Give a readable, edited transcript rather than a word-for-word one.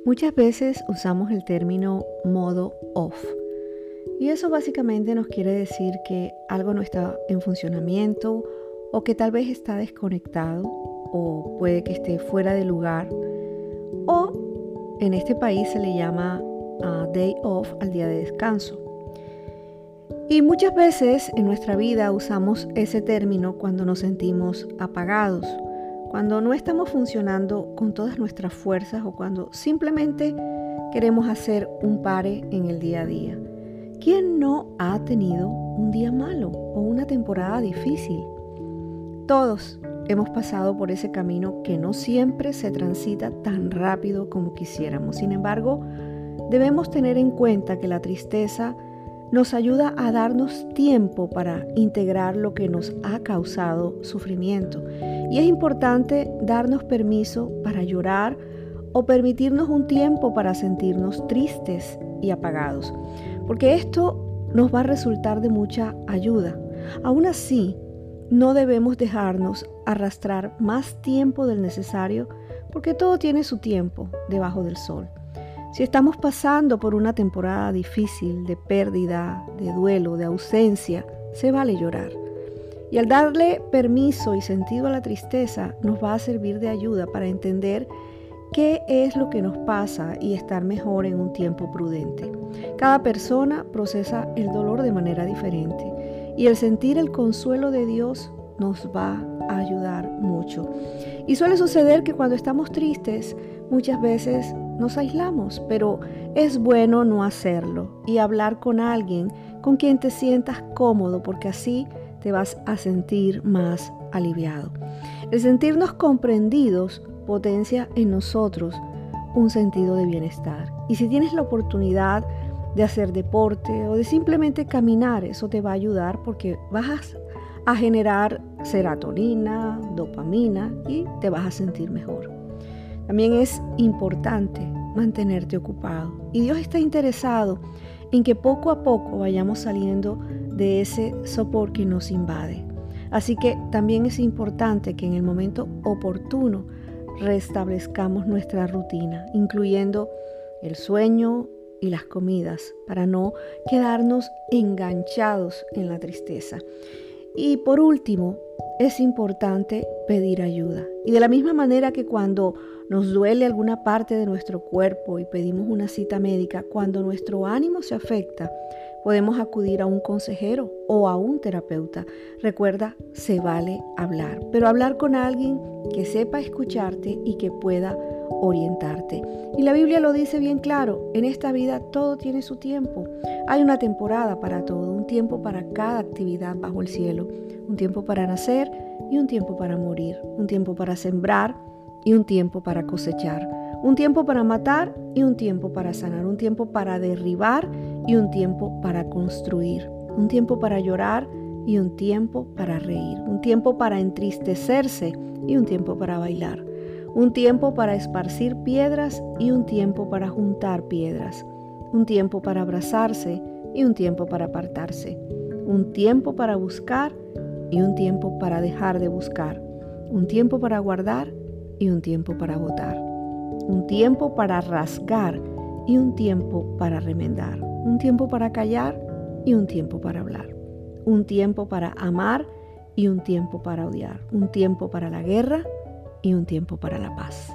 Muchas veces usamos el término modo off y eso básicamente nos quiere decir que algo no está en funcionamiento o que tal vez está desconectado o puede que esté fuera de lugar, o en este país se le llama day off al día de descanso. Y muchas veces en nuestra vida usamos ese término cuando nos sentimos apagados, cuando no estamos funcionando con todas nuestras fuerzas o cuando simplemente queremos hacer un pare en el día a día. ¿Quién no ha tenido un día malo o una temporada difícil? Todos hemos pasado por ese camino que no siempre se transita tan rápido como quisiéramos. Sin embargo, debemos tener en cuenta que la tristeza nos ayuda a darnos tiempo para integrar lo que nos ha causado sufrimiento. Y es importante darnos permiso para llorar o permitirnos un tiempo para sentirnos tristes y apagados, porque esto nos va a resultar de mucha ayuda. Aún así, no debemos dejarnos arrastrar más tiempo del necesario, porque todo tiene su tiempo debajo del sol. Si estamos pasando por una temporada difícil de pérdida, de duelo, de ausencia, se vale llorar. Y al darle permiso y sentido a la tristeza, nos va a servir de ayuda para entender qué es lo que nos pasa y estar mejor en un tiempo prudente. Cada persona procesa el dolor de manera diferente y el sentir el consuelo de Dios nos va a ayudar mucho. Y suele suceder que cuando estamos tristes, muchas veces nos aislamos, pero es bueno no hacerlo y hablar con alguien con quien te sientas cómodo, porque así te vas a sentir más aliviado. El sentirnos comprendidos potencia en nosotros un sentido de bienestar. Y si tienes la oportunidad de hacer deporte o de simplemente caminar, eso te va a ayudar porque vas a generar serotonina, dopamina y te vas a sentir mejor. También es importante mantenerte ocupado y Dios está interesado en que poco a poco vayamos saliendo de ese sopor que nos invade. Así que también es importante que en el momento oportuno restablezcamos nuestra rutina, incluyendo el sueño y las comidas, para no quedarnos enganchados en la tristeza. Y por último, es importante pedir ayuda. Y de la misma manera que cuando nos duele alguna parte de nuestro cuerpo y pedimos una cita médica, cuando nuestro ánimo se afecta, podemos acudir a un consejero o a un terapeuta. Recuerda, se vale hablar, pero hablar con alguien que sepa escucharte y que pueda orientarte. Y la Biblia lo dice bien claro, en esta vida todo tiene su tiempo. Hay una temporada para todo, un tiempo para cada actividad bajo el cielo, un tiempo para nacer y un tiempo para morir, un tiempo para sembrar y un tiempo para cosechar, un tiempo para matar y un tiempo para sanar, un tiempo para derribar y un tiempo para construir, un tiempo para llorar y un tiempo para reír, un tiempo para entristecerse y un tiempo para bailar, un tiempo para esparcir piedras y un tiempo para juntar piedras, un tiempo para abrazarse y un tiempo para apartarse, un tiempo para buscar y un tiempo para dejar de buscar, un tiempo para guardar y un tiempo para botar, un tiempo para rasgar y un tiempo para remendar, un tiempo para callar y un tiempo para hablar, un tiempo para amar y un tiempo para odiar, un tiempo para la guerra y un tiempo para la paz.